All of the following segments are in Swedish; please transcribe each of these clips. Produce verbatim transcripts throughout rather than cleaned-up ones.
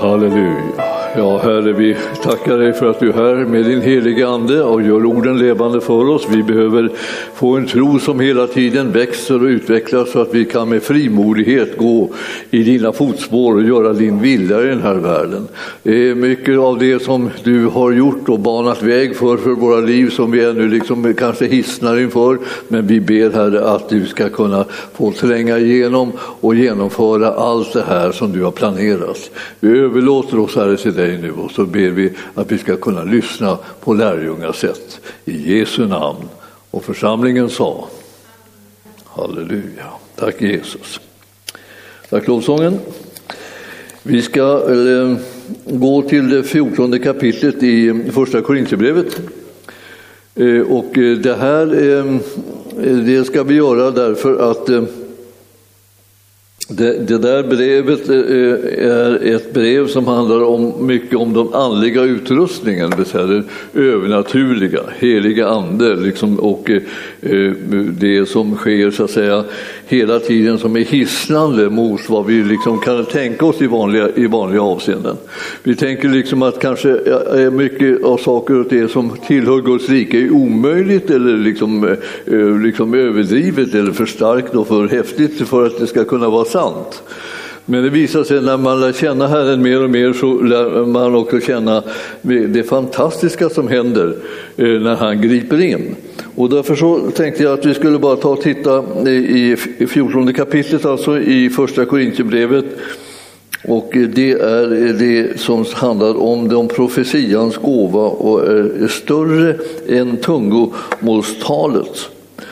Halleluja. Ja, Herre, vi tackar dig för att du är här med din heliga ande och gör orden levande för oss. Vi behöver få en tro som hela tiden växer och utvecklas så att vi kan med frimodighet gå i dina fotspår och göra din vilja i den här världen. Det är mycket av det som du har gjort och banat väg för, för våra liv som vi ännu liksom kanske hissnar inför. Men vi ber, Herre, att du ska kunna få tränga igenom och genomföra allt det här som du har planerat. Vi överlåter oss, Herre, till dig nu och så ber vi att vi ska kunna lyssna på lärjungas sätt. I Jesu namn. Och församlingen sa halleluja. Tack Jesus. Tack lovsången. Vi ska eh, gå till det fjortonde kapitlet i första Korinthierbrevet. Eh, och det här eh, det ska vi göra därför att eh, Det, det där brevet är ett brev som handlar om mycket om den andliga utrustningen, det övernaturliga, heliga ande liksom, och eh, det som sker så att säga hela tiden som är hisnande mot vad vi liksom kan tänka oss i vanliga, i vanliga avseenden. Vi tänker liksom att kanske är mycket av saker och det som tillhör Guds rike är omöjligt eller liksom, eh, liksom överdrivet eller för starkt och för häftigt för att det ska kunna vara sant. Men det visar sig när man lär känna Herren mer och mer så lär man också känna det fantastiska som händer när han griper in. Och därför så tänkte jag att vi skulle bara ta och titta i fjortonde kapitlet, alltså i första Korinthierbrevet. Och det är det som handlar om de profetians gåva och är större än tungomålstalet.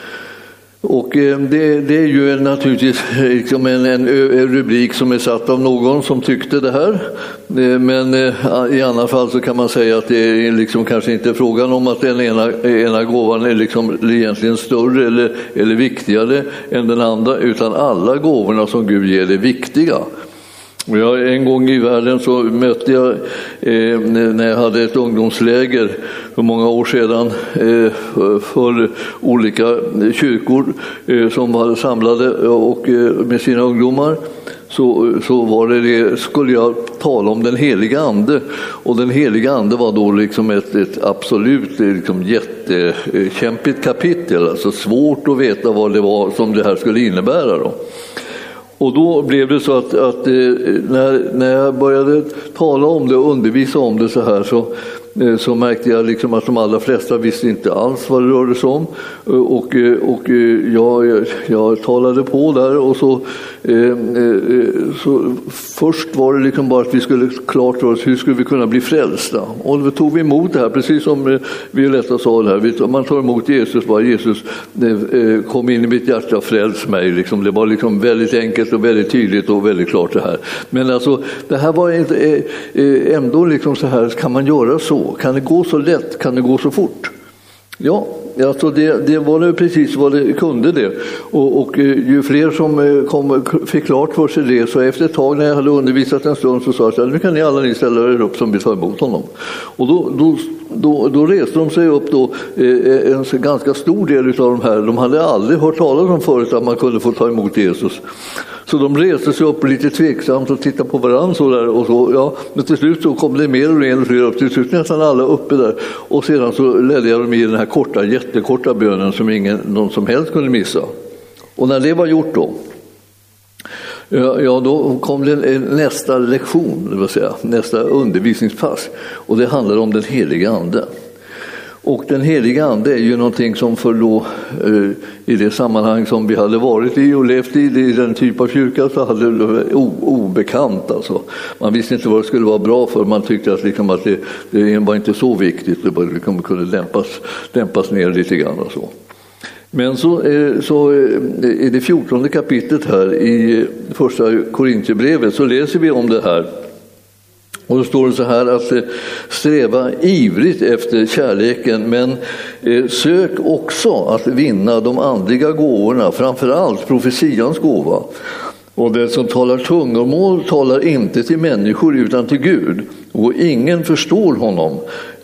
Och det, det är ju naturligtvis liksom en, en, en rubrik som är satt av någon som tyckte det här. Men i alla fall så kan man säga att det är liksom kanske inte frågan om att den ena, ena gåvan är liksom egentligen större eller, eller viktigare än den andra, utan alla gåvorna som Gud ger är viktiga. Och jag, en gång i världen så mötte jag eh, när jag hade ett ungdomsläger för många år sedan eh, för olika kyrkor eh, som var samlade och, eh, med sina ungdomar. Så, så var det, det skulle jag tala om den heliga ande, och den heliga ande var då liksom ett, ett absolut liksom jättekämpigt kapitel, alltså svårt att veta vad det var som det här skulle innebära då. Och då blev det så att, att när, när jag började tala om det och undervisa om det så här så, så märkte jag liksom att de allra flesta visste inte alls vad det rörde sig om. Och, och jag, jag talade på där och så, så först var det liksom bara att vi skulle klart för oss hur skulle vi kunna bli frälsta. Och då tog vi emot det här, precis som Violetta sa det här. Man tar emot Jesus, bara Jesus kom in i mitt hjärta, fräls mig. Liksom. Det var liksom väldigt enkelt och väldigt tydligt och väldigt klart det här. Men alltså, det här var inte, ändå liksom så här, kan man göra så? Kan det gå så lätt? Kan det gå så fort? Ja, alltså det, det var det precis vad det kunde det. Och, och ju fler som kom, fick klart för sig det, så efter ett tag när jag hade undervisat en stund så sa jag, nu kan ni alla ni ställa er upp som vill ta emot honom. Och då, då, då, då reste de sig upp då, en ganska stor del av de här, de hade aldrig hört talas om förut att man kunde få ta emot Jesus. Så de reste sig upp lite tveksamt och tittade på varandra så där och så, ja, men till slut så kom det mer och mer och fler upp, till slut nästan alla uppe där. Och sedan så ledde jag dem i den här korta, jättekorta bönen som ingen, någon som helst kunde missa. Och när det var gjort då, ja, ja då kom det nästa lektion, det vill säga nästa undervisningspass, och det handlade om den heliga ande. Och den heliga ande är ju någonting som för då, eh, i det sammanhang som vi hade varit i och levt i, i den typ av kyrka, så hade det varit obekant. Alltså. Man visste inte vad det skulle vara bra för, man tyckte att, liksom, att det, det var inte så viktigt, det bara liksom kunde dämpas, dämpas ner lite grann och så. Men så, eh, så eh, i det fjortonde kapitlet här i första Korinthierbrevet så läser vi om det här. Och då står det så här att sträva ivrigt efter kärleken, men sök också att vinna de andliga gåvorna, framförallt profetians gåva. Och den som talar tungomål talar inte till människor utan till Gud. Och ingen förstår honom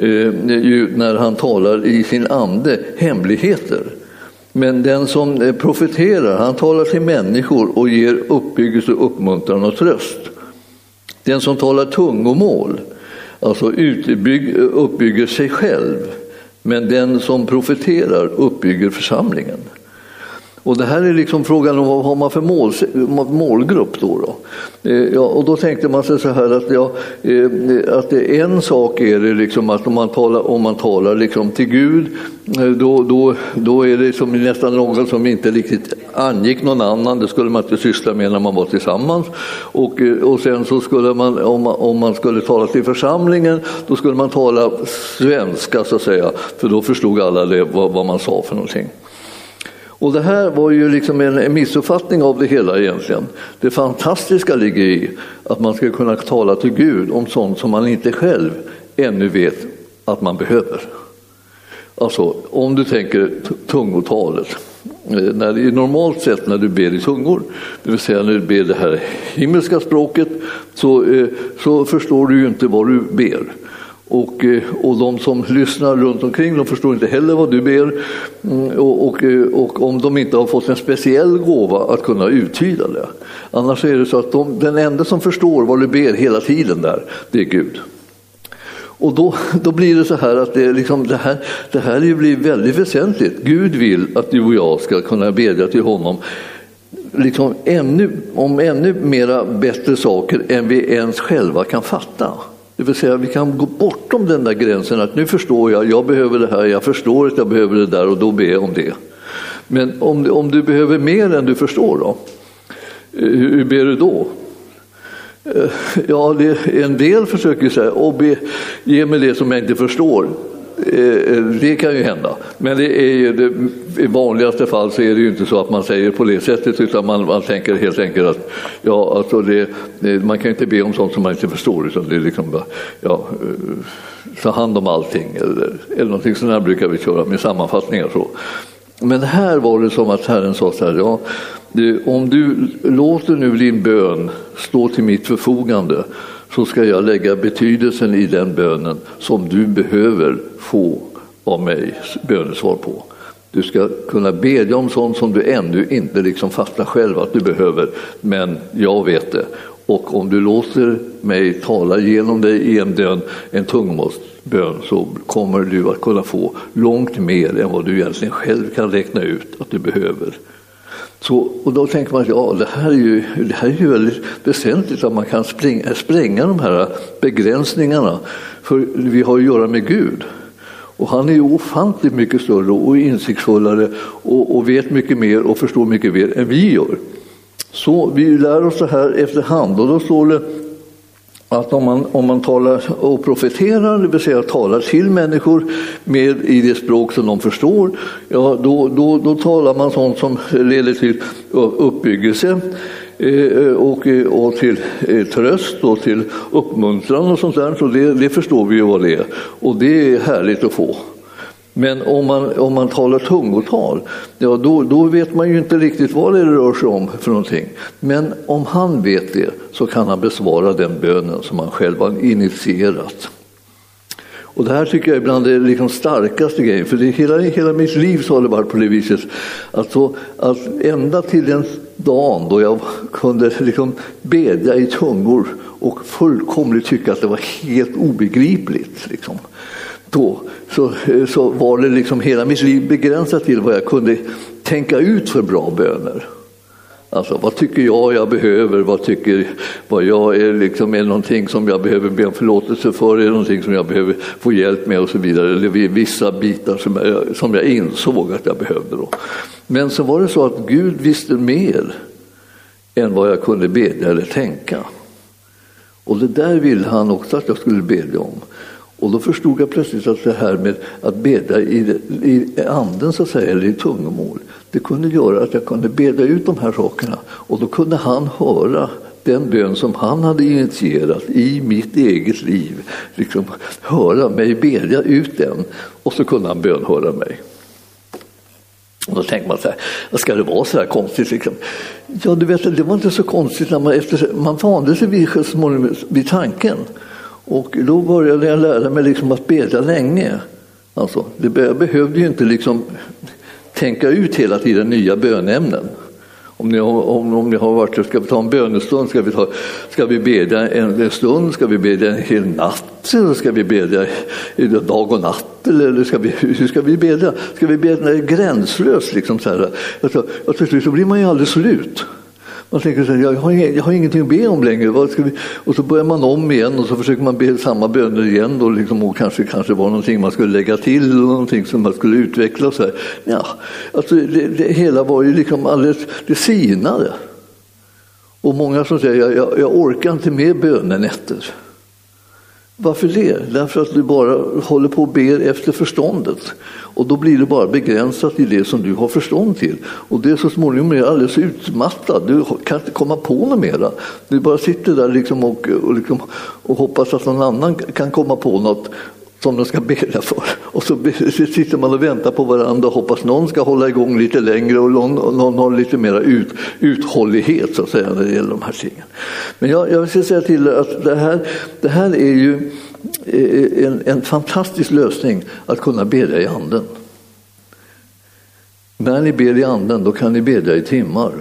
när han talar i sin ande hemligheter. Men den som profeterar, han talar till människor och ger uppbyggelse, uppmuntran och tröst. Den som talar tungomål, alltså utbygg, uppbygger sig själv, men den som profeterar uppbygger församlingen. Och det här är liksom frågan om vad har man för mål, målgrupp då, då? Eh, ja, och då tänkte man sig så här att, ja, eh, att det en sak är det liksom att om man talar, om man talar liksom till Gud, eh, då, då, då är det som nästan något som inte riktigt angick någon annan. Det skulle man inte syssla med när man var tillsammans. Och, eh, och sen så skulle man om, man, om man skulle tala till församlingen, då skulle man tala svenska så att säga, för då förstod alla det, vad, vad man sa för någonting. Och det här var ju liksom en missuppfattning av det hela egentligen. Det fantastiska ligger i att man ska kunna tala till Gud om sånt som man inte själv ännu vet att man behöver. Alltså om du tänker tungotalet. När det är normalt sett när du ber i tungor, det vill säga när du ber det här himmelska språket, så, så förstår du ju inte vad du ber. Och, och de som lyssnar runt omkring, de förstår inte heller vad du ber. Och, och, och om de inte har fått en speciell gåva att kunna uttyda det. Annars är det så att de, den enda som förstår vad du ber hela tiden där, det är Gud. Och då, då blir det så här att det, liksom, det här, det här blir väldigt väsentligt. Gud vill att du och jag ska kunna bedja till honom liksom ännu, om ännu mera bättre saker än vi ens själva kan fatta. Det vill säga vi kan gå bortom den där gränsen att nu förstår jag, jag behöver det här, jag förstår att jag behöver det där och då ber jag om det. Men om, om du behöver mer än du förstår då, hur, hur ber du då? Ja, det, en del försöker säga, och be, ge mig det som jag inte förstår. Det kan ju hända, men det är ju det, i vanligaste fall så är det ju inte så att man säger på det sättet, utan man, man tänker helt enkelt att ja, alltså det, det, man kan inte be om sånt som man inte förstår, utan det är liksom bara, ja, ta hand om allting eller, eller någonting sånt här brukar vi köra med sammanfattningar så. Men här var det som att Herren sa så här, ja, det, om du låter nu din bön stå till mitt förfogande, så ska jag lägga betydelsen i den bönen som du behöver få av mig bönesvar på. Du ska kunna bedja om sånt som du ännu inte liksom fattar själv att du behöver, men jag vet det. Och om du låter mig tala genom dig i en, bön, en tungomålsbön, så kommer du att kunna få långt mer än vad du egentligen själv kan räkna ut att du behöver. Så, och då tänker man att ja, det här är ju, det här är ju väldigt väsentligt att man kan spränga, spränga de här begränsningarna, för vi har att göra med Gud. Och han är ju ofantligt mycket större och insiktsfullare och, och vet mycket mer och förstår mycket mer än vi gör. Så vi lär oss det här efterhand, och då står det att om man, om man talar och profeterar, det vill säga talar till människor med, i det språk som de förstår, ja, då, då, då talar man sånt som leder till uppbyggelse eh, och, och till eh, tröst och till uppmuntran och sånt där. Så det, det förstår vi ju vad det är, och det är härligt att få. Men om man, om man talar tungotal, ja, då, då vet man ju inte riktigt vad det rör sig om för någonting. Men om han vet det, så kan han besvara den bönen som han själv har initierat. Och det här tycker jag ibland är liksom starkaste grejen, för det hela, hela mitt liv så har det varit på det viset. Alltså, att ända till den dagen då jag kunde liksom bedja i tungor och fullkomligt tycka att det var helt obegripligt liksom. Då så, så var det liksom hela mitt liv begränsat till vad jag kunde tänka ut för bra böner. Alltså, vad tycker jag jag behöver? Vad tycker vad jag är liksom är någonting som jag behöver be om förlåtelse för? Är det någonting som jag behöver få hjälp med och så vidare? Eller vissa bitar som jag, som jag insåg att jag behövde då. Men så var det så att Gud visste mer än vad jag kunde bedja eller tänka. Och det där ville han också att jag skulle bedja om. Och då förstod jag plötsligt att det här med att bedja i, i anden så att säga, eller i tungomål, det kunde göra att jag kunde bedja ut de här sakerna. Och då kunde han höra den bön som han hade initierat i mitt eget liv. Liksom höra mig bedja ut den, och så kunde han bönhöra mig. Och då tänkte man så här, ska det vara så här konstigt liksom? Ja, du vet, det var inte så konstigt när man, efter, man vande sig vid, vid tanken. Och då började jag lära mig liksom att bedja länge. Alltså, det, jag behövde ju inte liksom tänka ut hela tiden nya bönämnen. Om ni har, om, om ni har varit, ska vi ta en bönestund, ska vi, ta, ska vi bedja en stund, ska vi bedja en hel natt, eller ska vi bedja dag och natt, eller ska vi, hur ska vi bedja? Ska vi bedja gränslöst liksom så här? Alltså, och till slut så blir man ju aldrig slut. Man tänker så här, jag har, jag har ingenting att be om längre. Vad ska vi? Och så börjar man om igen och så försöker man be samma böner igen då, liksom, och kanske, kanske var någonting man skulle lägga till eller någonting som man skulle utveckla. Och så här. Ja, alltså det, det hela var ju liksom alldeles, det sinade. Och många som säger, jag, jag, jag orkar inte med bönenätter. Varför det? Därför att du bara håller på och ber efter förståndet. Och då blir det bara begränsat i det som du har förstånd till. Och det är så småningom är alldeles utmattad. Du kan inte komma på något mera. Du bara sitter där liksom och, och, liksom, och hoppas att någon annan kan komma på något som de ska bedja för. Och så sitter man och väntar på varandra och hoppas någon ska hålla igång lite längre och någon, och någon har lite mer ut, uthållighet så att säga när det gäller de här tingen. Men jag, jag vill säga till att det här, det här är ju en, en fantastisk lösning att kunna bedja i anden. När ni ber i anden då kan ni bedja i timmar.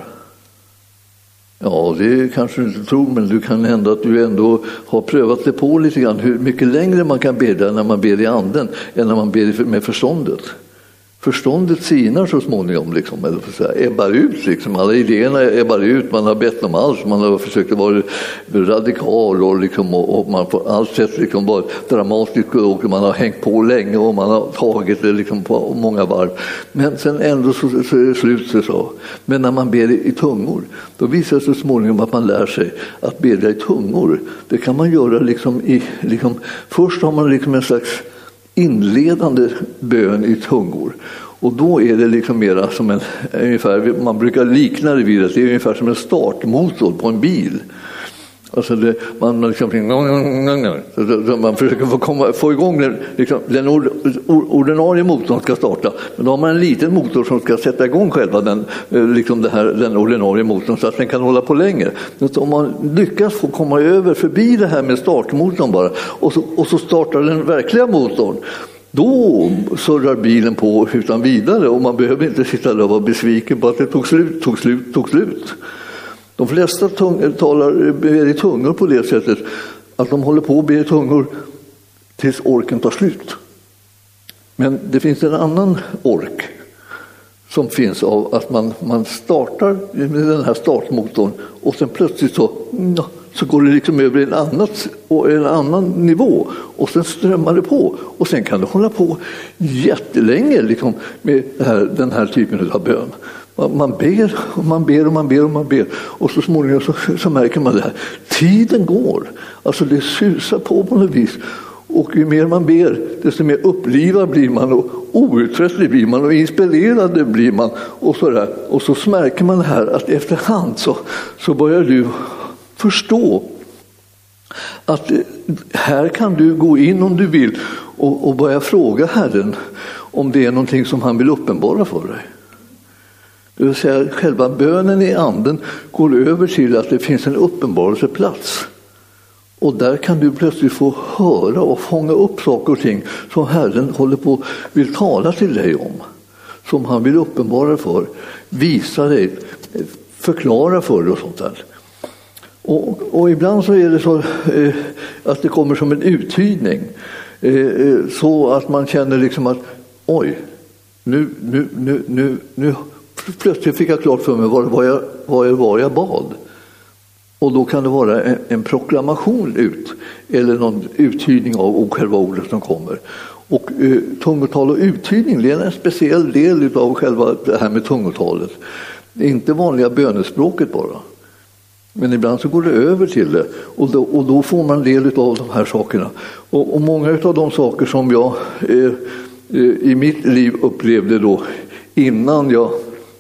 Ja, det kanske du inte tror, men du kan hända att du ändå har prövat det på lite grann hur mycket längre man kan bedja när man ber i anden än när man ber med förståndet. Förståndet sinar så småningom, liksom, eller för att säga, ebbar ut. Liksom. Alla idéerna ebbar ut, man har bett om allt, man har försökt vara radikal och, liksom, och, och man på allt sätt liksom, var dramatisk och man har hängt på länge och man har tagit det liksom, på många varv. Men sen ändå så, så är det slut så. Men när man ber i, i tungor, då visar det så småningom att man lär sig att bedja i tungor. Det kan man göra liksom i, liksom, först har man liksom en slags inledande bön i tungor. Och då är det liksom mera som en, ungefär, man brukar likna det vid det, det är ungefär som en startmotor på en bil. Alltså det, man, liksom, man försöker få, komma, få igång den, liksom, den ordinarie motorn ska starta, men då har man en liten motor som ska sätta igång själva den, liksom det här, den ordinarie motorn så att den kan hålla på länge. Så om man lyckas få komma över förbi det här med startmotorn bara och så, och så startar den verkliga motorn, då surrar bilen på utan vidare och man behöver inte sitta där och vara besviken på att det tog slut, tog slut, tog slut. De flesta tung, talar ber i tungor på det sättet att de håller på att be i tungor tills orken tar slut. Men det finns en annan ork som finns av att man, man startar med den här startmotorn och sen plötsligt så, så går det liksom över en, annat, en annan nivå och sen strömmar det på och sen kan det hålla på jättelänge liksom, med det här, den här typen av bön. Man ber och man ber och man ber och man ber och så småningom så, så märker man det här. Tiden går, alltså det susar på på något vis och ju mer man ber desto mer upplivad blir man och outtröttlig blir man och inspirerad blir man och så där. Och så märker man här att efterhand så, så börjar du förstå att här kan du gå in om du vill och, och börja fråga Herren om det är någonting som han vill uppenbara för dig. Det vill säga själva bönen i anden går över till att det finns en uppenbarelseplats. Och där kan du plötsligt få höra och fånga upp saker och ting som Herren håller på vill tala till dig om. Som han vill uppenbara för, visa dig, förklara för dig och sånt där. Och, och ibland så är det så eh, att det kommer som en uttydning. Eh, så att man känner liksom att oj, nu, nu, nu, nu, nu plötsligt fick jag klart för mig vad, vad, jag, vad jag var jag bad. Och då kan det vara en, en proklamation ut eller någon uttydning av själva ordet som kommer. Och eh, tungotal och uttydning, det är en speciell del av själva det här med tungotalet. Det är inte vanliga bönespråket bara. Men ibland så går det över till det och då, och då får man del av de här sakerna. Och, och många av de saker som jag eh, eh, i mitt liv upplevde då innan jag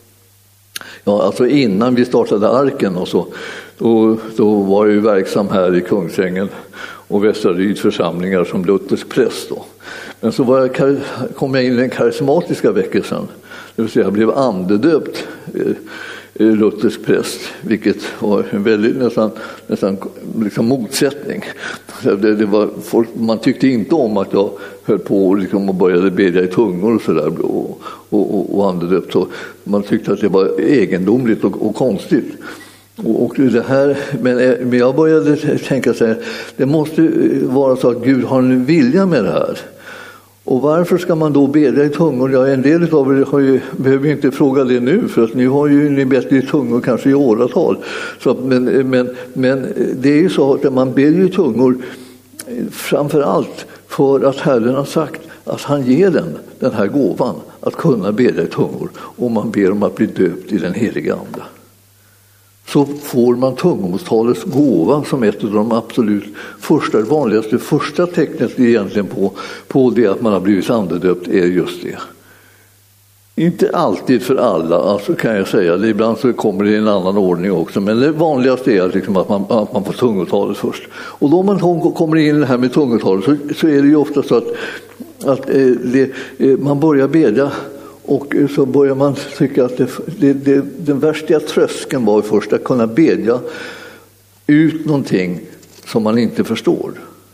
Ja, alltså innan vi startade arken och så, då, då var jag ju verksam här i Kungsängen och Västerryd församlingar som luthersk präst då. Men så var jag, kom jag in i den karismatiska väckelsen, det vill säga jag blev andedöpt luthersk präst, vilket var en väldigt nästan, nästan liksom motsättning. Det, det var folk, man tyckte inte om att jag höll på liksom och började bedja i tungor och sådär och, och, och, och andedöpt. Så man tyckte att det var egendomligt och, och konstigt. Och, och det här, men, men jag började tänka så här, det måste vara så att Gud har en vilja med det här. Och varför ska man då bedja i tungor? Ja, en del av er har ju, behöver inte fråga det nu, för att nu har ju ni bett i tungor kanske i åratal. Så, men, men, men det är ju så att man ber i tungor framför allt för att Herren har sagt att han ger den, den här gåvan att kunna bedja i tungor, och man ber om att bli döpt i den heliga ande. Så får man tungomålstalets gåva som ett av de absolut första, vanligaste första tecknet egentligen på, på det att man har blivit andedöpt är just det. Inte alltid för alla, alltså kan jag säga. Det ibland så kommer det i en annan ordning också. Men det vanligaste är liksom att, man, att man får tungotalet först. Och då man kommer in i det här med tungotalet så, så är det ju ofta så att, att eh, det, eh, man börjar bedja. Och så börjar man tycka att det, det, det, den värsta tröskeln var först att kunna bedja ut någonting som man inte förstår.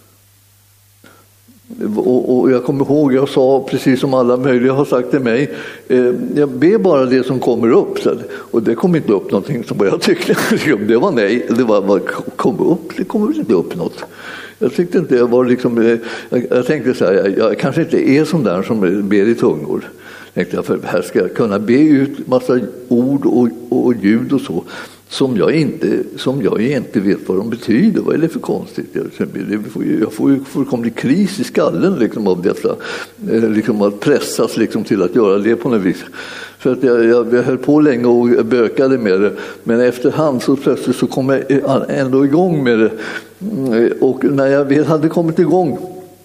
Och, och jag kommer ihåg, jag sa precis som alla möjliga har sagt till mig, eh, jag ber bara det som kommer upp. Så, och det kom inte upp någonting som jag tyckte. Det var nej, det var, var kom upp, det kommer inte upp något. Jag tyckte inte, jag var liksom, jag, jag tänkte så här, jag, jag kanske inte är sån där som ber i tungor. Tänkte jag, för här ska jag kunna be ut massa ord och, och, och ljud och så som jag inte som jag inte vet vad de betyder. Vad är det för konstigt? Jag, jag får ju fullkomlig kris i skallen liksom av detta, liksom att pressas liksom till att göra det på något vis. För att jag, jag, jag höll på länge och bökade med det, men efterhand så plötsligt så kom jag ändå igång med det, och när jag väl hade kommit igång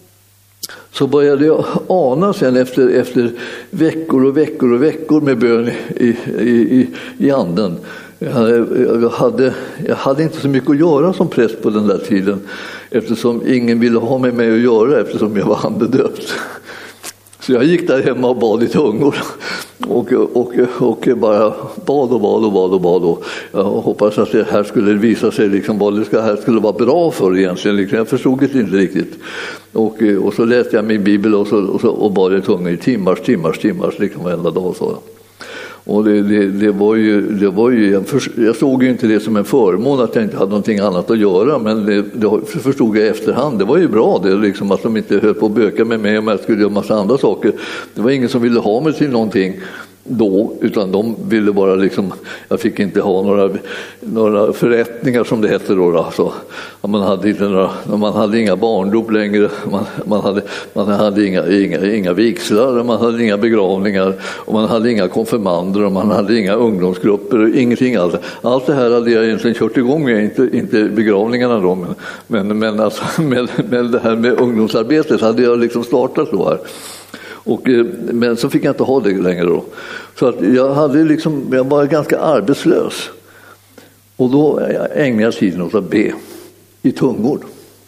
så började jag ana sen efter, efter veckor och veckor och veckor med bön i, i, i, i anden. Jag hade, jag, hade, jag hade inte så mycket att göra som präst på den där tiden, eftersom ingen ville ha med mig att göra eftersom jag var andedöpt. Så jag gick där hemma och bad i tungor och, och, och bara bad och bad och bad och bad. Och jag hoppas att det här skulle visa sig liksom vad det ska, här skulle vara bra för egentligen. Liksom. Jag förstod det inte riktigt. Och, och så läste jag min bibel och, så, och, så, och bad i tungor i timmars, timmars, timmars liksom varenda dag. Så. Och det, det, det var ju, det var ju jag, för, jag såg ju inte det som en förmån att jag inte hade någonting annat att göra, men det, det förstod jag i efterhand. Det var ju bra det, liksom, att de inte höll på att böka med mig om jag skulle göra massa andra saker. Det var ingen som ville ha mig till någonting då, utan de ville bara liksom, jag fick inte ha några, några förrättningar som det hette då. Alltså, man, hade inte några, man hade inga barndop längre, man, man, hade, man hade inga, inga, inga vigslar, man hade inga begravningar, och man hade inga konfirmander, och man hade inga ungdomsgrupper, ingenting alls. Allt det här hade jag egentligen kört igång med, inte, inte begravningarna då, men, men, men alltså, med, med det här med ungdomsarbetet hade jag liksom startat då här. Och, men så fick jag inte ha det längre då. Så att jag, hade liksom, jag var ganska arbetslös. Och då ägnade jag tiden åt att be i tungor.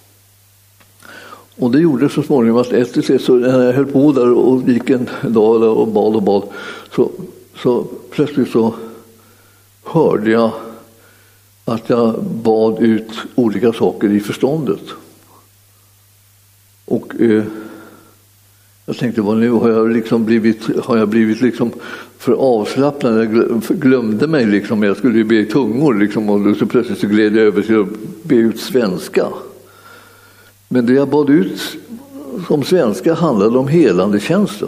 Och det gjorde så småningom att efter sig, så när jag höll på där och gick en dag och bad och bad, så, så plötsligt så hörde jag att jag bad ut olika saker i förståndet. Och eh, jag tänkte, vad nu har jag liksom blivit, har jag blivit liksom för avslappnad. Jag glömde mig liksom, jag skulle ju be i tungor liksom, och så plötsligt så gled jag över till att be ut svenska. Men det jag bad ut som svenska handlade om helande tjänsten.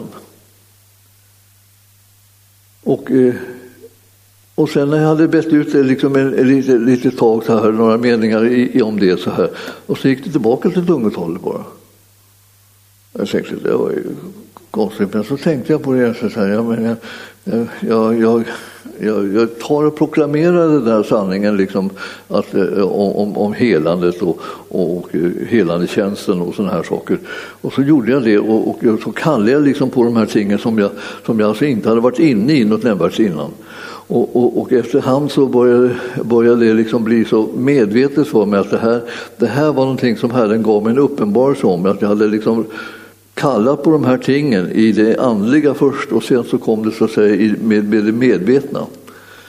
Och, och sen när jag hade bett ut det liksom en, en lite, lite tag så här, några meningar i, i om det så här, och så gick det tillbaka till tungotalet bara. Jag tänkte, det var ju konstigt, men så tänkte jag på det så här, ja, men jag, jag, jag, jag, jag tar och proklamerar den där sanningen liksom, att, om, om helandet och, och helandetjänsten och sådana här saker. Och så gjorde jag det, och, och så kallade jag liksom på de här tingen som jag, som jag alltså inte hade varit inne i något nämnvärt innan. Och, och, och efterhand så började, började det liksom bli så medvetet för mig att det här, det här var någonting som Herren gav mig en uppenbarelse om, att jag hade liksom kallat på de här tingen i det andliga först, och sen så kom det så att säga med, med det medvetna.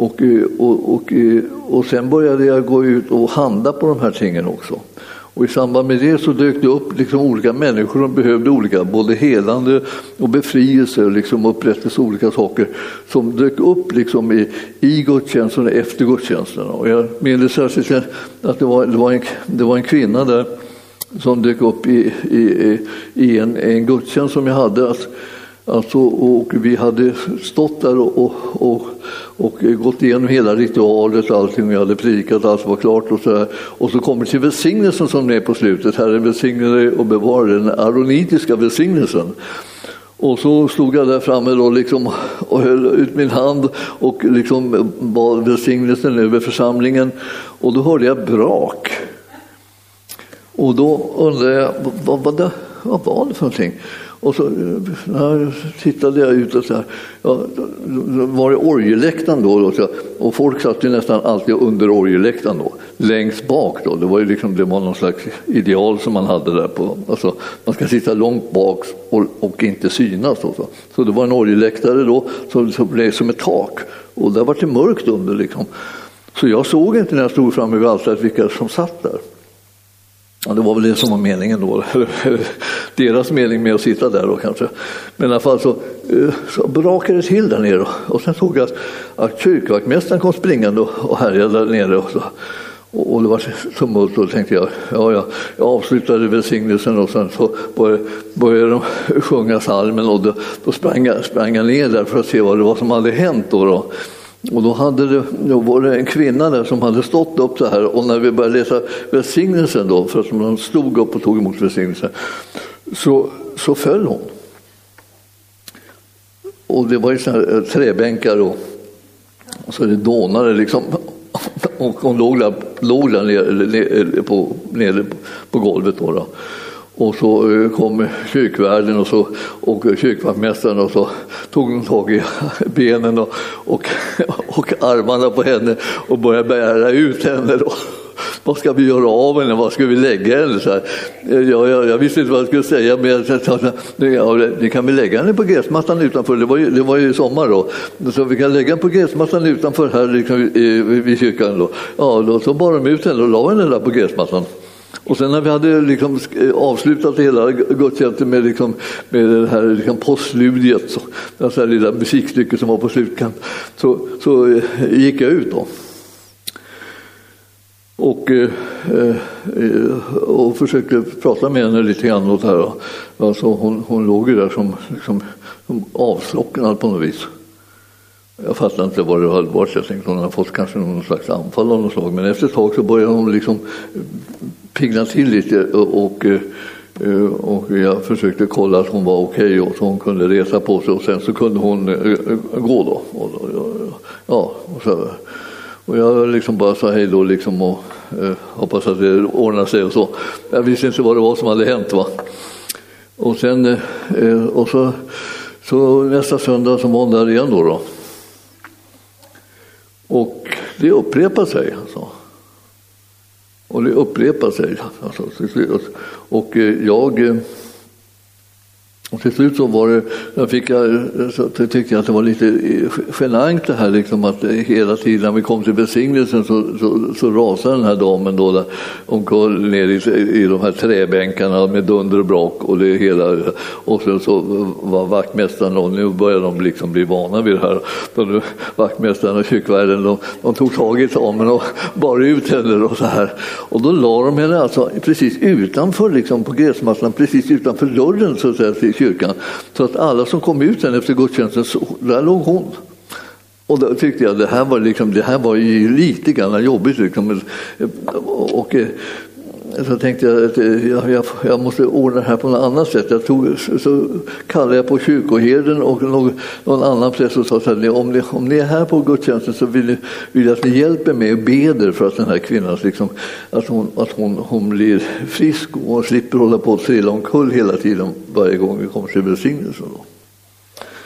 Och, och, och, och sen började jag gå ut och handla på de här tingen också. Och i samband med det så dök det upp liksom olika människor som behövde olika, både helande och befrielse, liksom upprättelse, olika saker som dök upp liksom i, i gudstjänsten och efter gudstjänsten. Och jag minns särskilt att det var, det var, en, det var en kvinna där som dök upp i, i, i en, en gudstjänst som jag hade. Alltså, alltså, och vi hade stått där och, och, och, och gått igenom hela ritualet och allting, vi hade predikat, allt var klart och så där. Och så kommer till välsignelsen som är på slutet. Herren välsignade och bevarade den aronitiska välsignelsen. Och så stod jag där framme då liksom och höll ut min hand och liksom bad välsignelsen över församlingen. Och då hörde jag brak. Och då undrade jag, vad, vad, det, vad var det för någonting? Och så när tittade jag ut och så här, ja, då var det orgelläktaren då, då och folk satt ju nästan alltid under orgelläktaren då, längst bak då. Det var ju liksom, det var någon slags ideal som man hade där på, alltså man ska sitta långt bak och, och inte synas och så. Så det var en orgelläktare då som, som blev som ett tak och där var det mörkt under liksom. Så jag såg inte när jag stod framme vid altaret vilka som satt där. Ja, det var väl det som var meningen då, deras mening med att sitta där då kanske. Men i alla fall så, så brakade det till där nere och sen såg jag att kyrkvaktmästaren kom springande och härjade där nere och, så, och det var tumult och då tänkte jag, ja, ja, jag avslutade välsignelsen och sen så började, började de sjunga psalmen och då, då sprang, jag, sprang jag ner där för att se vad det var som hade hänt då då. Och då, hade det, då var det en kvinna där som hade stått upp så här och när vi började läsa välsignelsen då, för att hon stod upp och tog emot välsignelsen, så, så föll hon. Och det var ju såna här träbänkar och, och så det dånade liksom och hon låg där, låg där nere, nere, på, nere på golvet då, då. Och så kom kyrkvärden och, så, och kyrkvaktmästaren och så tog hon tag i benen och, och, och armarna på henne och började bära ut henne då. Vad ska vi göra av henne? Vad ska vi lägga henne? Så här. Ja, jag, jag visste inte vad jag skulle säga, men jag sa, ja, ni kan väl lägga henne på gräsmattan utanför. Det var ju, det var ju sommar då. Så vi kan lägga henne på gräsmattan utanför här liksom, vid kyrkan då. Ja, då så bar de ut henne och la henne där på gräsmattan. Och sen när vi hade liksom avslutat hela gudstjänsten med, liksom, med det här liksom postludiet, så, det här lilla musikstycket som var på slutkant, så, så gick jag ut då. Och, eh, och försökte prata med henne lite grann åt här. Alltså hon, hon låg ju där som, liksom, som avslocknad på något vis. Jag fattar inte vad det hade varit. Jag tänkte hon hade fått kanske någon slags anfall av något slag. Men efter ett tag så började hon liksom pigna till lite och, och, och jag försökte kolla att hon var okej och så hon kunde resa på sig och sen så kunde hon gå då. Och, ja, och, så, och jag liksom bara sa hej då liksom och eh, hoppas att det ordnar sig och så. Jag visste inte vad det var som hade hänt, va. Och sen eh, och så, så nästa söndag så var hon där igen då då. Och det upprepar sig alltså. Och det upprepar sig alltså, till slut. Och jag och till slut så var det, jag fick jag, så tyckte jag att det var lite genant det här liksom, att hela tiden när vi kom till välsignelsen så, så, så rasade den här damen då där, hon kom ner i, i de här träbänkarna med dunder och brak och det hela, och sen så var vaktmästaren och nu började de liksom bli vana vid det här, då vaktmästaren och kyrkvärden de, de tog tag i damen och bar ut henne och så här, och då la de henne alltså precis utanför liksom på gräsmattan, precis utanför dörren så att säga till kyrkan, så att alla som kom ut sen efter gudstjänsten, så där låg hon. Och då tyckte jag det här var liksom, det här var ju lite grann jobbigt liksom. och, och så tänkte jag att jag, jag, jag måste ordna det här på något annat sätt. Jag tog, så kallade jag på kyrkoherden och någon, någon annan präst och sa så här, om ni, om ni är här på gudstjänsten så vill, vill jag att ni hjälper mig och beder för att den här kvinnan liksom, att, hon, att hon, hon blir frisk och slipper hålla på att trilla omkull hela tiden varje gång vi kommer till välsignelsen.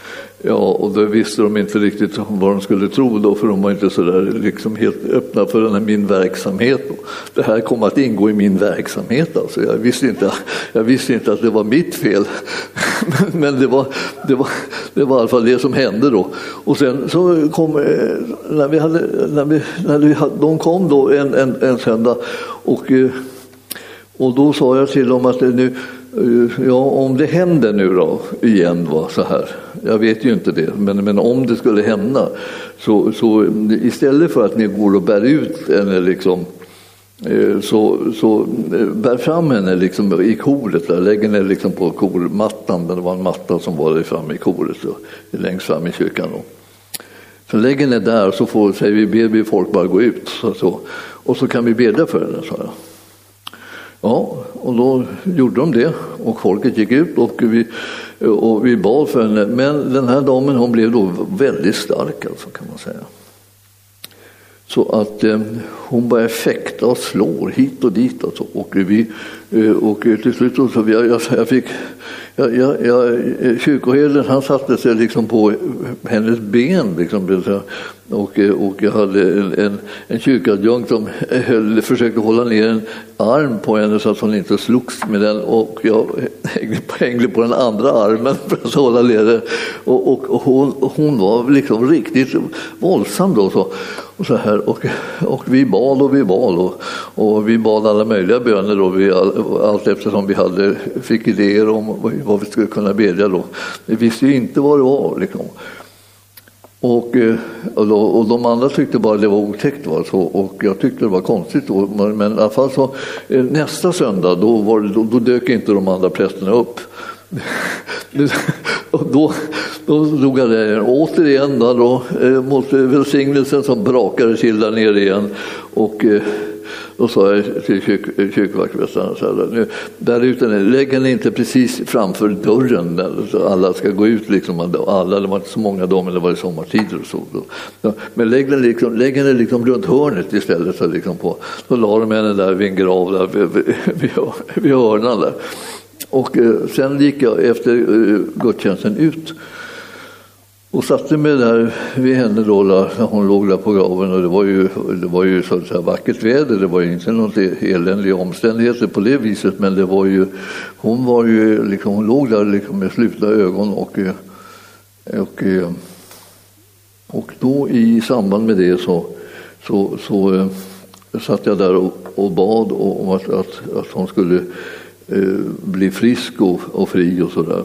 Ja, och då visste de inte riktigt vad de skulle tro då, för de var inte så där liksom helt öppna för den här min verksamhet. Det här kom att ingå i min verksamhet. Alltså. Jag, visste inte, jag visste inte att det var mitt fel, men det var, det, var, det var i alla fall det som hände då. Och sen så kom, när vi hade, när vi, när vi hade, de kom då en, en, en söndag, och, och då sa jag till dem att nu, ja, om det händer nu då igen var så här, jag vet ju inte det, men, men om det skulle hända, så, så istället för att ni går och bär ut henne liksom, så, så bär fram henne liksom i koret där, lägger henne liksom på kormattan, det var en matta som var där framme i koret, så, längst fram i kyrkan då. Så lägger henne där, så får, säger vi, ber vi folk bara gå ut, så, så, och så kan vi bedja för henne, sa jag. Ja, och då gjorde de det, och folket gick ut, och vi, och vi bad för henne. Men den här damen, hon blev då väldigt stark, alltså, kan man säga. Så att eh, hon började fäkta och slå hit och dit, alltså. Och vi och till slut så vi, jag, jag fick jag, jag, jag, kyrkoherden, han satte sig liksom på hennes ben liksom, och, och jag hade en, en, en kyrkoadjunkt som höll, försökte hålla ner en arm på henne så att hon inte slogs med den, och jag hängde på den andra armen för att hålla ner den, och, och, och hon, hon var liksom riktigt våldsam då, så, och så här, och, och vi bad och vi bad och, och vi bad alla möjliga böner då, vi, all, allt eftersom vi hade, fick idéer om vad vi skulle kunna bedja då. Vi visste ju inte vad det var liksom. Och, och, då, och de andra tyckte bara det var otäckt, va? Så, och jag tyckte det var konstigt då, men i alla fall så nästa söndag då, var det, då, då dök inte de andra prästerna upp. Och då, då drog jag det återigen då, då, mot välsignelsen som brakade till där nere igen, och då sa jag till kyrk, kyrkvaktmästaren så här, nu, där ute, lägg den inte precis framför dörren där, så alla ska gå ut liksom, alla, det var inte så många damer, det var i sommartider och så. Ja, men lägg den liksom, lägg den liksom runt hörnet istället, så liksom på, så la de henne där vid en grav där vid, vid, vid, vid hörnan där. Och eh, sen gick jag efter eh, gudstjänsten ut och satte mig där vid henne då, när hon låg där på graven, och det var ju, det var ju så att säga vackert väder, det var ju inte något eländiga omständigheter på det viset, men det var ju, hon var ju liksom, hon låg där liksom med slutna ögon, och, och, och då i samband med det så, så, så, så satt jag där och, och bad om att, att, att hon skulle bli frisk och, och fri och sådär.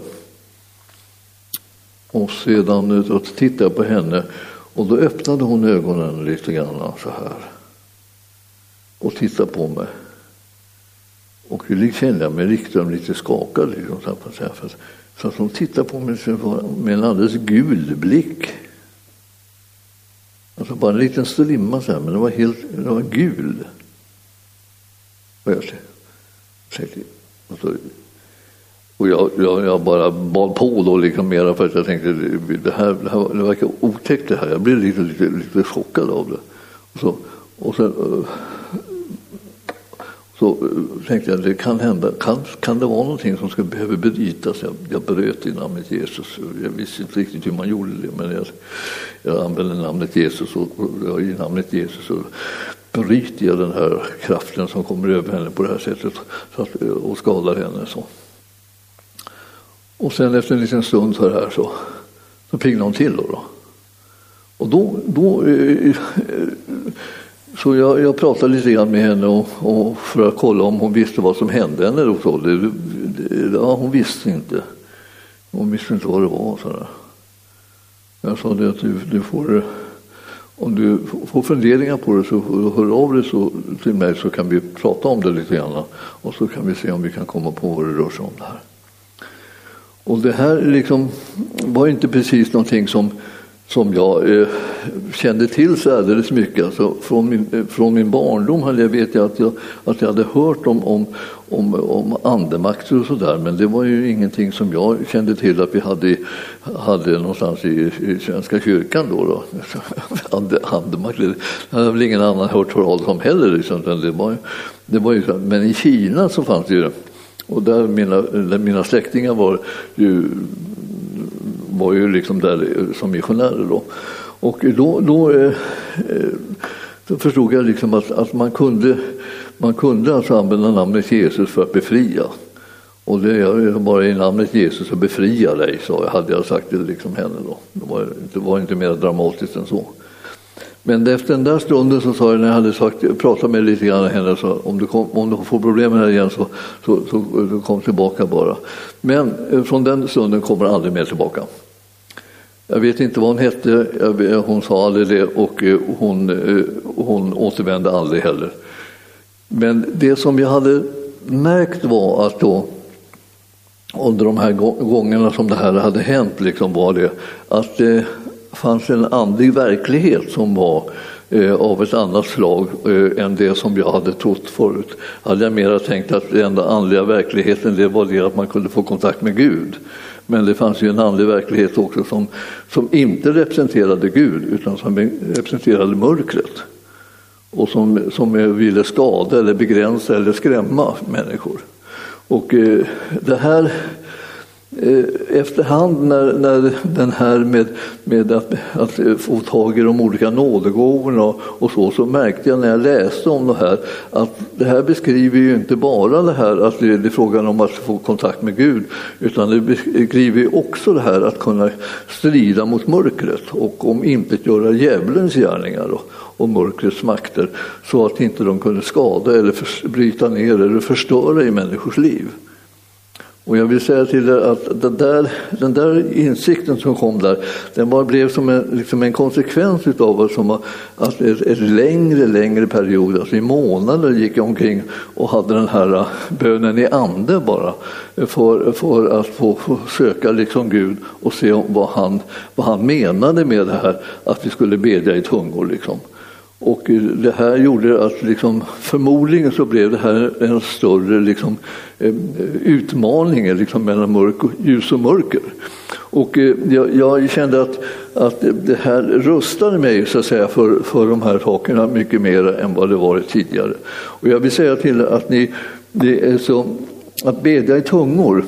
Och sedan så tittade jag på henne, och då öppnade hon ögonen lite grann så här och tittade på mig, och jag kände jag mig riktigt lite skakad liksom, så, här, så att hon tittade på mig med en alldeles gul blick, alltså bara en liten strimma så här, men det var helt, det var gul, och jag tänkte, och, och jag, jag, jag bara bad på då liksom mera, för att jag tänkte det här, det här det verkar otäckt det här, jag blev lite, lite, lite chockad av det, och så, och sen så tänkte jag, det kan hända, kan, kan det vara någonting som ska behöva brytas. Jag, jag bröt i namnet Jesus, jag visste inte riktigt hur man gjorde det, men jag, jag använde namnet Jesus, och, och i namnet Jesus och bryter jag den här kraften som kommer över henne på det här sättet, så att, och skadar henne så. Och sen efter en liten stund så här så, så piggnade hon till då, då. Och då, då så jag, jag pratade lite grann med henne och, och för att kolla om hon visste vad som hände henne och så. Det, det, ja, hon visste inte. Hon visste inte vad det var. Så där. Jag sa det att du, du får, om du får funderingar på det, så hör av dig så, till mig, så kan vi prata om det lite grann. Och så kan vi se om vi kan komma på vad det rör sig om det här. Och det här liksom var inte precis någonting som, som jag eh, kände till så alldeles mycket. Alltså, från, min, från min barndom hade jag vet jag att, jag att jag hade hört om, om, om, om andemakter och sådär, men det var ju ingenting som jag kände till att vi hade, hade någonstans i, i Svenska kyrkan då. då. Ande, andemakter, det hade väl ingen annan hört talas om heller. Liksom. Det var, det var ju, men i Kina så fanns det ju, och där mina, där mina släktingar var ju var ju liksom där som missionärer då. Och då, då, eh, då förstod jag liksom att, att man kunde, man kunde alltså använda namnet Jesus för att befria. Och det är bara i namnet Jesus att befria dig, så hade jag sagt det liksom henne då. Det var, det var inte mer dramatiskt än så. Men efter den där stunden så sa jag, när jag hade sagt, pratat med lite grann henne, så om du, kom, om du får problem här igen så, så, så, så kom tillbaka bara. Men från den stunden kommer jag aldrig mer tillbaka. Jag vet inte vad hon hette, jag, hon sa aldrig det, och hon, hon återvände aldrig heller. Men det som jag hade märkt var att då, under de här gångerna som det här hade hänt, liksom var det att det fanns en andlig verklighet som var eh, av ett annat slag eh, än det som jag hade trott förut. Hade jag mer tänkt att den enda andliga verkligheten, det var det att man kunde få kontakt med Gud. Men det fanns ju en andlig verklighet också som, som inte representerade Gud, utan som representerade mörkret. Och som, som ville skada eller begränsa eller skrämma människor. Och eh, det här eh, efterhand när, när den här med, med att, att få tag i de olika nådegåvorna och, och så, så märkte jag när jag läste om det här att det här beskriver ju inte bara det här att det är frågan om att få kontakt med Gud, utan det beskriver ju också det här att kunna strida mot mörkret och om inte göra djävulens gärningar då, och mörkrets makter, så att inte de kunde skada eller för, bryta ner eller förstöra i människors liv. Och jag vill säga till er att den där, den där insikten som kom där, den bara blev som en, liksom en konsekvens utav att, som att ett, ett längre, längre period, alltså i månader gick jag omkring och hade den här bönen i ande bara för, för att få, få söka liksom Gud och se vad han, vad han menade med det här att vi skulle bedja i tungor liksom. Och det här gjorde att liksom, förmodligen så blev det här en större liksom, utmaning liksom, mellan mörk och ljus och mörker. Och jag, jag kände att, att det här rustade mig så att säga, för, för de här sakerna mycket mer än vad det varit tidigare. Och jag vill säga till att ni, det är så, att bedja i tungor,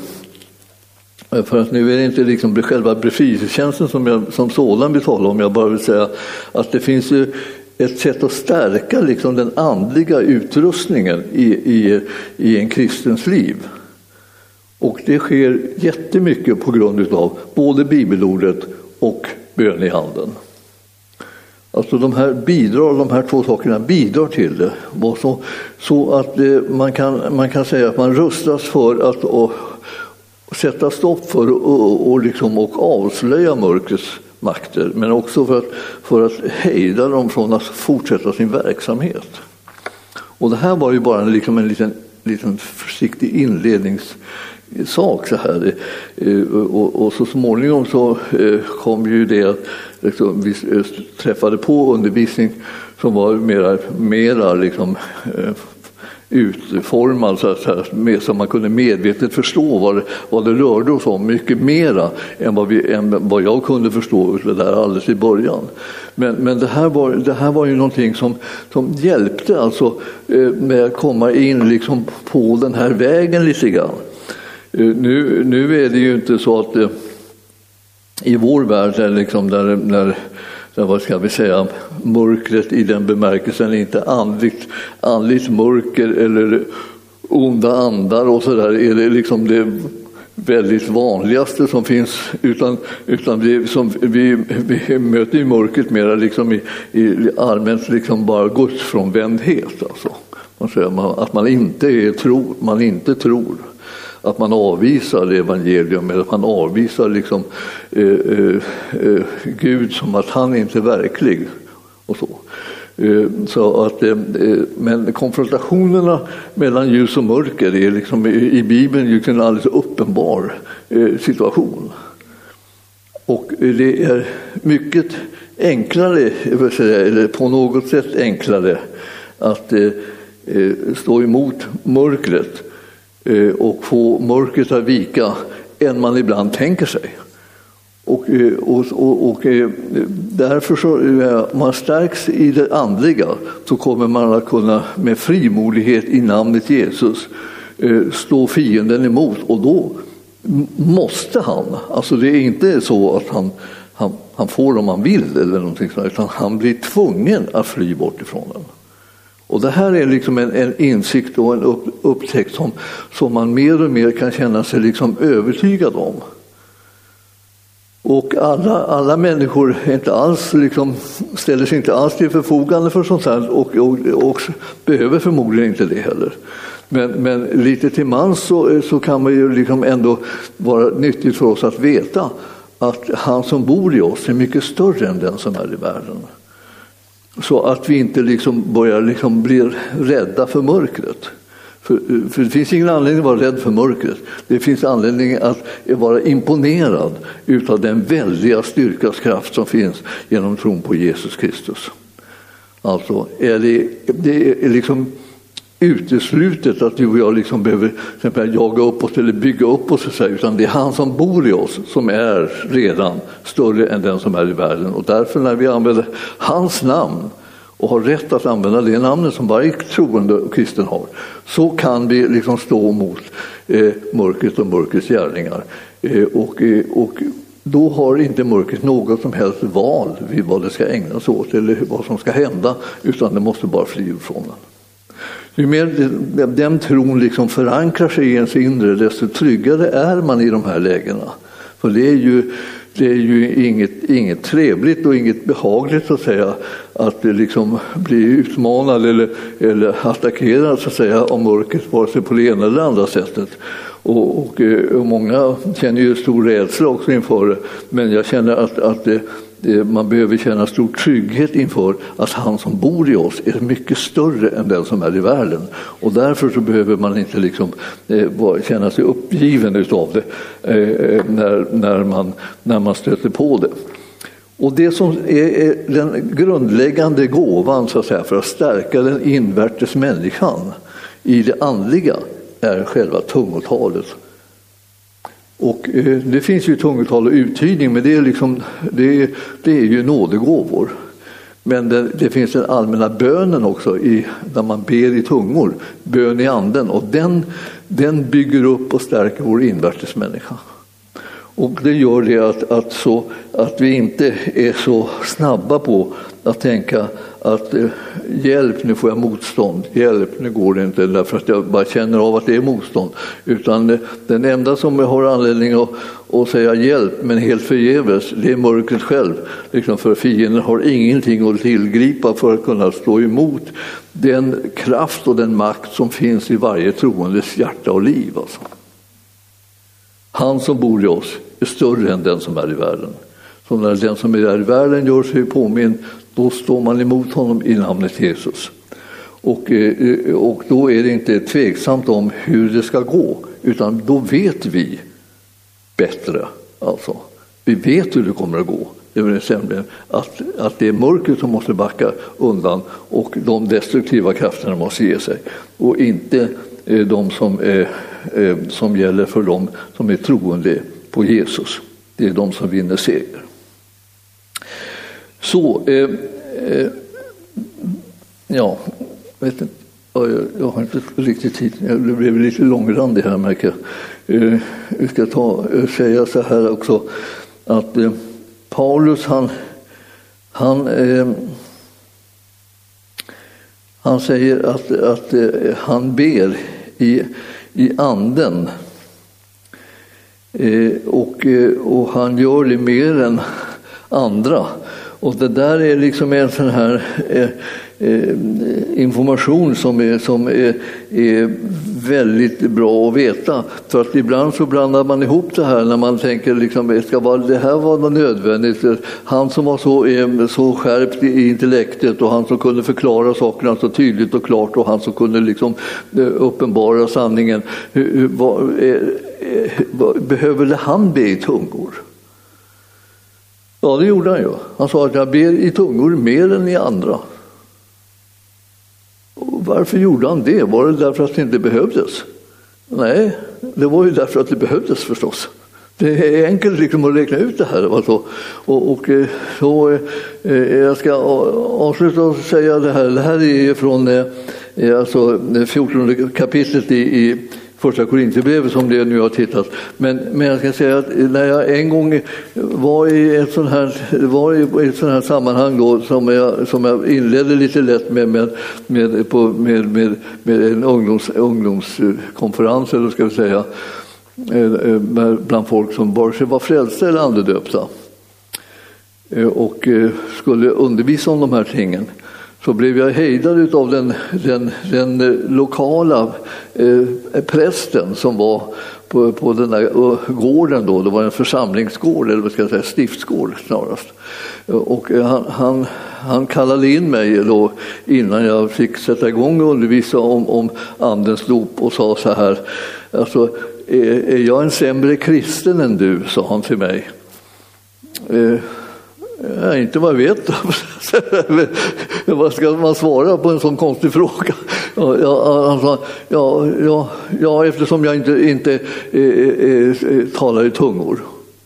för att nu är det inte liksom själva befrielsetjänsten som, jag, som sådan vi talar om. Jag bara vill säga att det finns ju ett sätt att stärka liksom den andliga utrustningen i, i, i en kristens liv. Och det sker jättemycket på grund av både bibelordet och bön i handen. Alltså de här bidrar, de här två sakerna bidrar till det. Så, så att det, man, kan, man kan säga att man rustas för att och, och sätta stopp för och, och, liksom, och avslöja mörkrets makter, men också för att, för att hejda dem från att fortsätta sin verksamhet. Och det här var ju bara en, liksom en liten, liten försiktig inledningssak så här. Och, och så småningom så kom ju det att liksom, vi träffade på undervisning som var mera, mera liksom, utformad så att så man kunde medvetet förstå vad, vad det rörde oss om, mycket mera än vad, vi, än vad jag kunde förstå det där alldeles i början. Men, men det, här var, det här var ju någonting som, som hjälpte alltså, eh, med att komma in liksom på den här vägen lite grann. Eh, nu, nu är det ju inte så att eh, i vår värld är liksom där, när Så vad ska vi säga, mörkret i den bemärkelsen, inte andligt, andligt mörker eller onda andar och så där, är det liksom det väldigt vanligaste som finns, utan, utan det som vi, vi möter i mörkret mera liksom i, i allmänt liksom bara gudsfrånvändhet, alltså. Man säger att man inte är tro, man inte tror. Att man avvisar evangelium, eller att man avvisar liksom, eh, eh, Gud som att han inte är verklig och så. Eh, så att, eh, men konfrontationerna mellan ljus och mörker är liksom i, i Bibeln ju en alldeles uppenbar eh, situation. Och det är mycket enklare, eller på något sätt enklare, att eh, stå emot mörkret och få mörkret att vika än man ibland tänker sig. Och, och, och, och därför så man stärks i det andliga, så kommer man att kunna med frimodighet i namnet Jesus stå fienden emot, och då måste han. Alltså det är inte så att han, han, han får om han vill eller någonting sånt, utan han blir tvungen att fly bort ifrån den. Och det här är liksom en, en insikt och en upp, upptäckt som, som man mer och mer kan känna sig liksom övertygad om. Och alla, alla människor är inte alls, liksom, ställer sig inte alls till förfogande för sånt här och, och, och behöver förmodligen inte det heller. Men, men lite till mans så, så kan man ju liksom ändå vara nyttigt för oss att veta att han som bor i oss är mycket större än den som är i världen. Så att vi inte liksom börjar liksom bli rädda för mörkret. För, för det finns ingen anledning att vara rädd för mörkret. Det finns anledning att vara imponerad utav den väldiga styrkas kraft som finns genom tron på Jesus Kristus. Alltså är det, det är liksom uteslutet att du och jag liksom behöver till exempel jaga upp oss eller bygga upp oss, utan det är han som bor i oss som är redan större än den som är i världen. Och därför när vi använder hans namn och har rätt att använda det namnet som varje troende kristen har, så kan vi liksom stå mot eh, mörkret och mörkrets gärningar. Eh, och, eh, och då har inte mörkret något som helst val vid vad det ska ägna sig åt eller vad som ska hända, utan det måste bara fly ifrån den. Ju mer den tron liksom förankrar sig i ens inre, desto tryggare är man i de här lägena. För det är ju, det är ju inget, inget trevligt och inget behagligt att säga, att liksom bli utmanad eller, eller attackerad så att säga, av mörkret, vare sig på det ena eller andra sättet. Och, och, och många känner ju stor rädsla också inför det, men jag känner att, att det, man behöver känna stor trygghet inför att han som bor i oss är mycket större än den som är i världen. Och därför så behöver man inte liksom, eh, känna sig uppgiven utav det eh, när, när, man, när man stöter på det. Och det som är, är den grundläggande gåvan så att säga, för att stärka den invärtes människan i det andliga är själva tungotalet. Och eh, det finns ju tungotal och uttydning, men det är, liksom, det är, det är ju nådegåvor. Men det, det finns den allmänna bönen också, i, där man ber i tungor, bön i anden. Och den, den bygger upp och stärker vår invärtes människa. Och det gör det att, att, så, att vi inte är så snabba på att tänka att eh, hjälp, nu får jag motstånd, hjälp, nu går det inte därför att jag bara känner av att det är motstånd, utan eh, den enda som har anledning att, att säga hjälp men helt förgäves, det är mörkret själv, liksom, för fienden har ingenting att tillgripa för att kunna stå emot den kraft och den makt som finns i varje troendes hjärta och liv. Alltså. Han som bor i oss är större än den som är i världen. Så när den som är i världen gör sig påminn, då står man emot honom i namnet Jesus. Och, och då är det inte tveksamt om hur det ska gå, utan då vet vi bättre. Alltså, vi vet hur det kommer att gå. Det är att, att det är mörkret som måste backa undan och de destruktiva krafterna måste ge sig. Och inte de som, är, som gäller för dem som är troende på Jesus. Det är de som vinner seger. Så, eh, eh, ja, vet inte, jag, jag har inte riktigt tid. Jag blev lite långrandig här, märker jag. Eh, jag ska ta, säga så här också, att eh, Paulus, han, han, eh, han säger att, att eh, han ber i, i anden. Eh, och, eh, och han gör det mer än andra. Och det där är liksom en sån här eh, eh, information som, är, som är, är väldigt bra att veta. För att ibland så blandar man ihop det här när man tänker liksom, ska vara, det här var något nödvändigt. Han som var så, eh, så skärpt i intellektet och han som kunde förklara sakerna så tydligt och klart och han som kunde liksom uppenbara sanningen. Hur, vad, eh, eh, behöver han be i tungor? Ja, det gjorde han ju. Han sa att jag ber i tungor mer än i andra. Och varför gjorde han det? Var det därför att det inte behövdes? Nej, det var ju därför att det behövdes förstås. Det är enkelt liksom att räkna ut det här. Alltså. Och, och så, eh, jag ska avsluta och säga det här. Det här är från eh, alltså, det fjortonde kapitlet i, i första Korinthierbrevet som det nu har tittat. Men, men jag ska säga att när jag en gång var i ett sånt här, var i ett sånt här sammanhang då, som, jag, som jag inledde lite lätt med, med, med, på, med, med, med en ungdoms, ungdomskonferens, eller ska vi säga, bland folk som bara sig var frälsta eller andedöpta och skulle undervisa om de här tingen, så blev jag hejdad av den, den, den lokala eh, prästen som var på, på den där gården då. Det var en församlingsgård, eller vad ska jag säga, stiftsgård snarast. Och han, han, han kallade in mig då innan jag fick sätta igång och undervisa om, om andens dop och sa så här: alltså, är, är jag en sämre kristen än du, sa han till mig. Eh, Ja, inte vad jag vet. Vad ska man svara på en sån konstig fråga? Ja, ja, alltså, ja, ja, ja, eftersom jag inte, inte eh, eh, talar i tungor.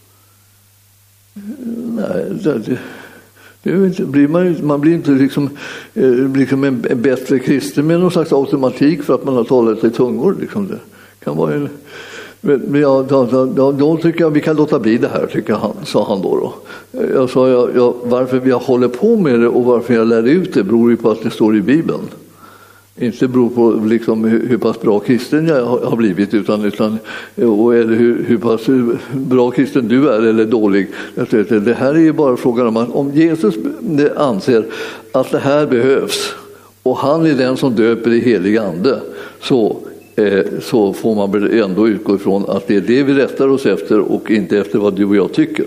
Nej, det, det, det blir man, man blir inte liksom, eh, liksom en, en bättre kristen med någon slags automatik för att man har talat i tungor. Liksom det kan vara en... Men ja, då, då, då tycker jag vi kan låta bli det här, tycker han, sa han då. då. Jag sa, jag, jag, varför vi håller på med det och varför jag lär ut det beror ju på att det står i Bibeln. Inte beror på liksom hur, hur pass bra kristen jag har blivit, utan, utan och, eller hur, hur pass bra kristen du är eller dålig. Det här är ju bara frågan om att om Jesus anser att det här behövs och han är den som döper i helig ande, så så får man väl ändå utgå ifrån att det är det vi rättar oss efter och inte efter vad du och jag tycker.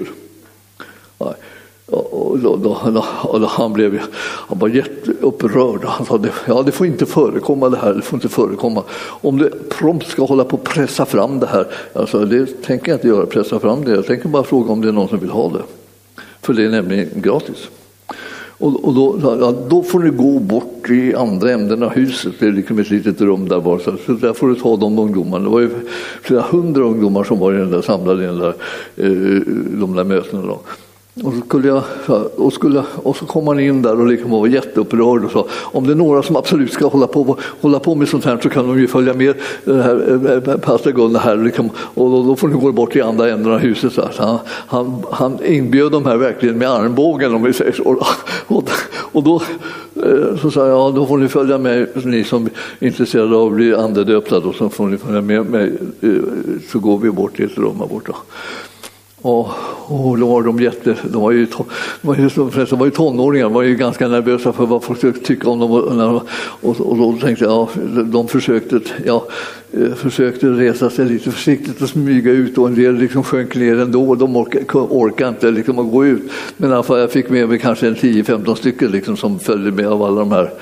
Och då, då, då, då, han blev han var jätteupprörd. Han sa, ja, det får inte förekomma det här, det får inte förekomma. Om det prompt ska hålla på att pressa fram det här, alltså det tänker jag inte göra, pressa fram det. Jag tänker bara fråga om det är någon som vill ha det. För det är nämligen gratis. Och, och då, ja, då får ni gå bort i andra änden av huset. Det är liksom ett litet rum där bara. Så, så där får du ta de ungdomarna. Det var ju flera hundra ungdomar som var i den där, samlade i den där, eh, de där mötena då. Och så, skulle jag, och, skulle, och så kom man in där och liksom var jätteupprörd och sa, om det är några som absolut ska hålla på, hålla på med sånt här, så kan de ju följa med den här, pastor Gunnar här liksom, och då, då får ni gå bort i andra änden av huset. Så han, han, han inbjöd de här verkligen med armbågen, om vi säger så. Och, och då så sa jag, ja, då får ni följa med, ni som är intresserade av att bli andedöpta, då, så får ni följa med mig, så går vi bort i ett rum här borta. Och, och då var de jätte, de var ju, de var ju, de var ju tonåringar, de var ju ganska nervösa för vad folk skulle tycka om dem. Och, och, och då tänkte jag, ja, de försökte, ja, försökte resa sig lite försiktigt och smyga ut, och en del liksom sjönk ner ändå, de orkade, orkade inte liksom att gå ut. Men i alla fall, jag fick med mig kanske en tio femton stycken liksom, som följde med av alla de här.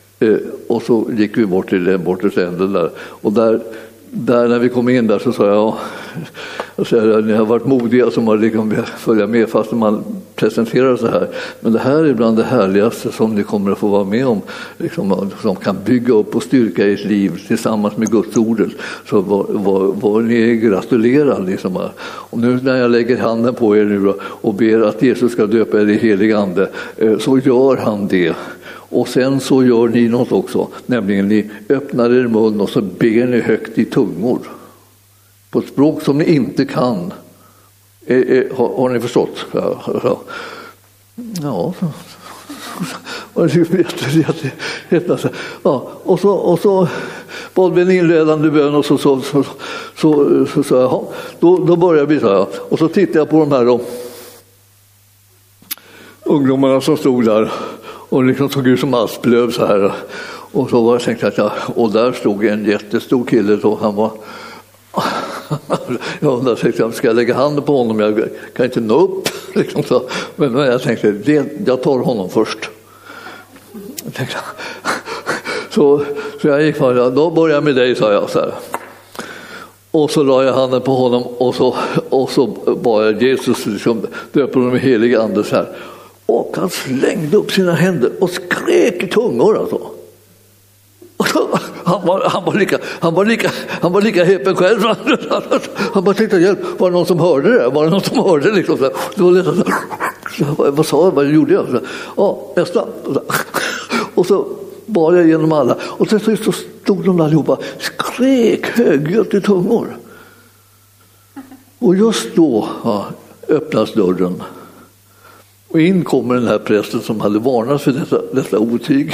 Och så gick vi bort till den bortre änden där, och där Där när vi kom in där så sa jag, ja, ni har varit modiga som har liksom följa med fast man presenterar så här. Men det här är bland det härligaste som ni kommer att få vara med om, liksom, som kan bygga upp och styrka ert liv tillsammans med Guds ordet. Så var, var, var ni gratulerar. Liksom. Och nu när jag lägger handen på er nu och ber att Jesus ska döpa er i helig ande, så gör han det. Och sen så gör ni något också, nämligen ni öppnar er mun och så ber ni högt i tungor på ett språk som ni inte kan. E, e, har, har ni förstått? Ja, ja. Ja. Ja, och så och så bad vi en inledande bön, och så så så så så, så ja, då då börjar vi så här, och så tittar jag på de här då, ungdomarna som stod där och liksom såg ut som asplöv så här. Och så var jag tänkte att jag, och där stod en jättestor kille så, han var jag undrar, tänkte jag, ska jag lägga handen på honom, jag kan inte nå upp liksom så. Men jag tänkte, det, jag tar honom först. Jag tänkte, så, så jag gick för, då börjar jag med dig, sa jag så här. Och så la jag handen på honom, och så, och så bad jag Jesus liksom, döpa honom i helig ande så här. Och han slängde upp sina händer och skrek i tungor alltså. Han var, han var lika han var lika han var lika häpen själv. Han bara tänkte, hjälp, var det någon som hörde det? Var det någon som hörde liksom så? Det var lite så. Vad sa jag? Vad gjorde jag? Så, ja, nästa. Och så bad jag genom alla, och sen så stod de allihopa, skrek högljutt i tungor. Och just då ja, öppnas dörren. Och in kommer den här prästen som hade varnat för detta, detta otyg.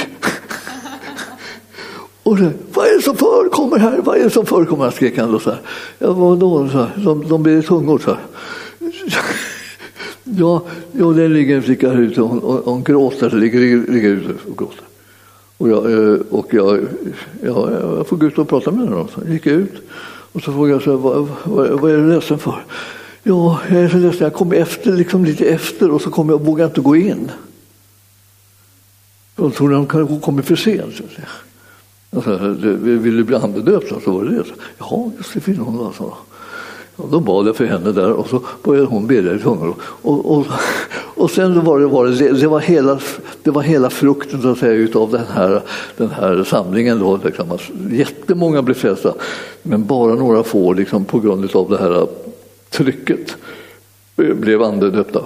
Och så, vad är det som förekommer här? Vad är det som förekommer här? Skrek han då så här. Ja, vad då? Så här. De, de ber i tungor så här. Ja, ja, det ligger en flicka här ute och hon, och hon gråter, ligger, ligger ute och gråter. Och jag, och jag, ja, jag får gå ut och prata med henne. Så jag gick ut och så frågade jag så här, vad, vad, vad är du ledsen för? Ja, jag är så ledsen. Jag kom efter, liksom lite efter och så kom jag och vågade inte gå in. Jag trodde de kanske kom för sent. Alltså, vill du bli andedöpt? Så var det det. Ja, Josefin, hon var så. Och då bad jag för henne där och så började hon bedja i tungor. Och, och, och sen var det, var det, det, var hela, det var hela frukten så att säga, utav den här, den här samlingen. Då, liksom. Jättemånga blev frälsta, men bara några få liksom, på grund av det här trycket blev andedöpta.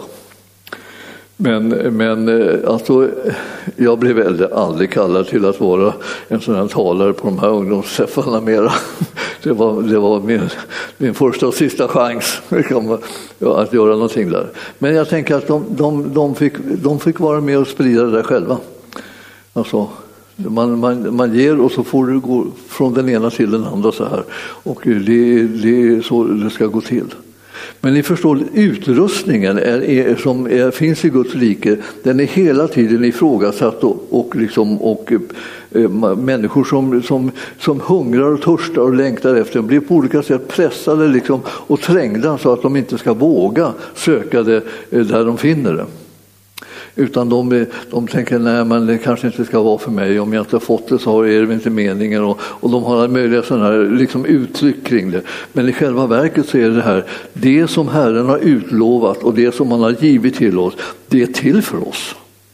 Men, men alltså, jag blev väldigt aldrig kallad till att vara en sån här talare på de här ungdomsträffarna mera. Det var, det var min, min första och sista chans att göra någonting där. Men jag tänker att de, de, de, fick, de fick vara med och sprida det där själva. Alltså, man, man, man ger och så får du gå från den ena till den andra så här. Och det, det är så det ska gå till. Men ni förstår, utrustningen är, är, som är, finns i Guds rike, den är hela tiden ifrågasatt och, och, liksom, och eh, människor som, som, som hungrar och törstar och längtar efter blir på olika sätt pressade liksom, och trängda så att de inte ska våga söka det eh, där de finner det. Utan de, de tänker, nej men det kanske inte ska vara för mig, om jag inte har fått det så är det inte meningen, och, och de har alla möjliga sådana här liksom uttryck kring det. Men i själva verket så är det här, det som Herren har utlovat och det som han har givit till oss, det är till för oss.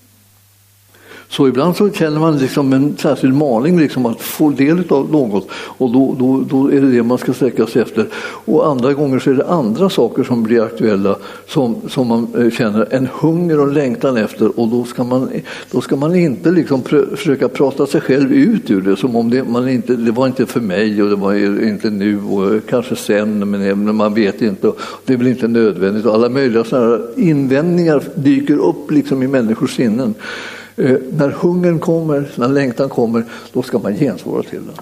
Så ibland så känner man liksom en särskild maning liksom att få del av något, och då, då, då är det det man ska sträcka sig efter. Och andra gånger så är det andra saker som blir aktuella som, som man känner en hunger och längtan efter, och då ska man, då ska man inte liksom pr- försöka prata sig själv ut ur det som om det, man inte, det var inte för mig och det var inte nu och kanske sen, men man vet inte och det är väl inte nödvändigt, och alla möjliga sådana här invändningar dyker upp liksom i människors sinnen. Eh, när hungern kommer, när längtan kommer, då ska man gensvara till den.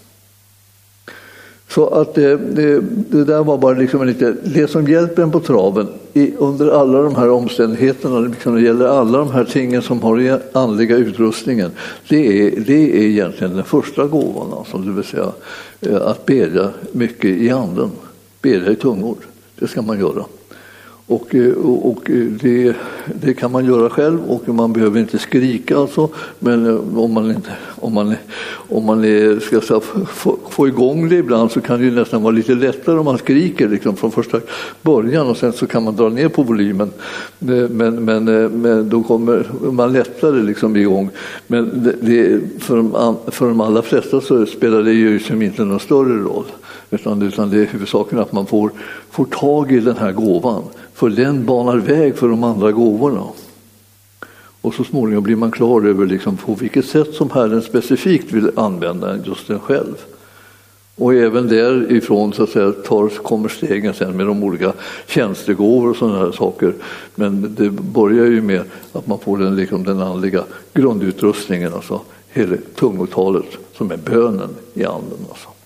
Så att det, det, det där var bara liksom lite, det som hjälper en på traven i, under alla de här omständigheterna, liksom det gäller alla de här tingen som har den andliga utrustningen, det är, det är egentligen den första gåvan, alltså, det vill säga eh, att bedja mycket i anden, bedja i tungor, det ska man göra. Och, och det, det kan man göra själv, och man behöver inte skrika alltså, men om man, inte, om man, om man är, ska så, få, få igång det ibland, så kan det ju nästan vara lite lättare om man skriker liksom från första början, och sen så kan man dra ner på volymen, men, men, men då kommer man lättare liksom igång. Men det, det, för, de, för de allra flesta så spelar det ju som inte någon större roll. Utan, utan det är huvudsaken att man får, får tag i den här gåvan. För den banar väg för de andra gåvorna. Och så småningom blir man klar över liksom på vilket sätt som Herren specifikt vill använda just den själv. Och även därifrån så att säga, tar, kommer stegen sen med de olika tjänstegåvor och sådana här saker. Men det börjar ju med att man får den, liksom, den andliga grundutrustningen, alltså hela tungotalet som är bönen i anden. Alltså.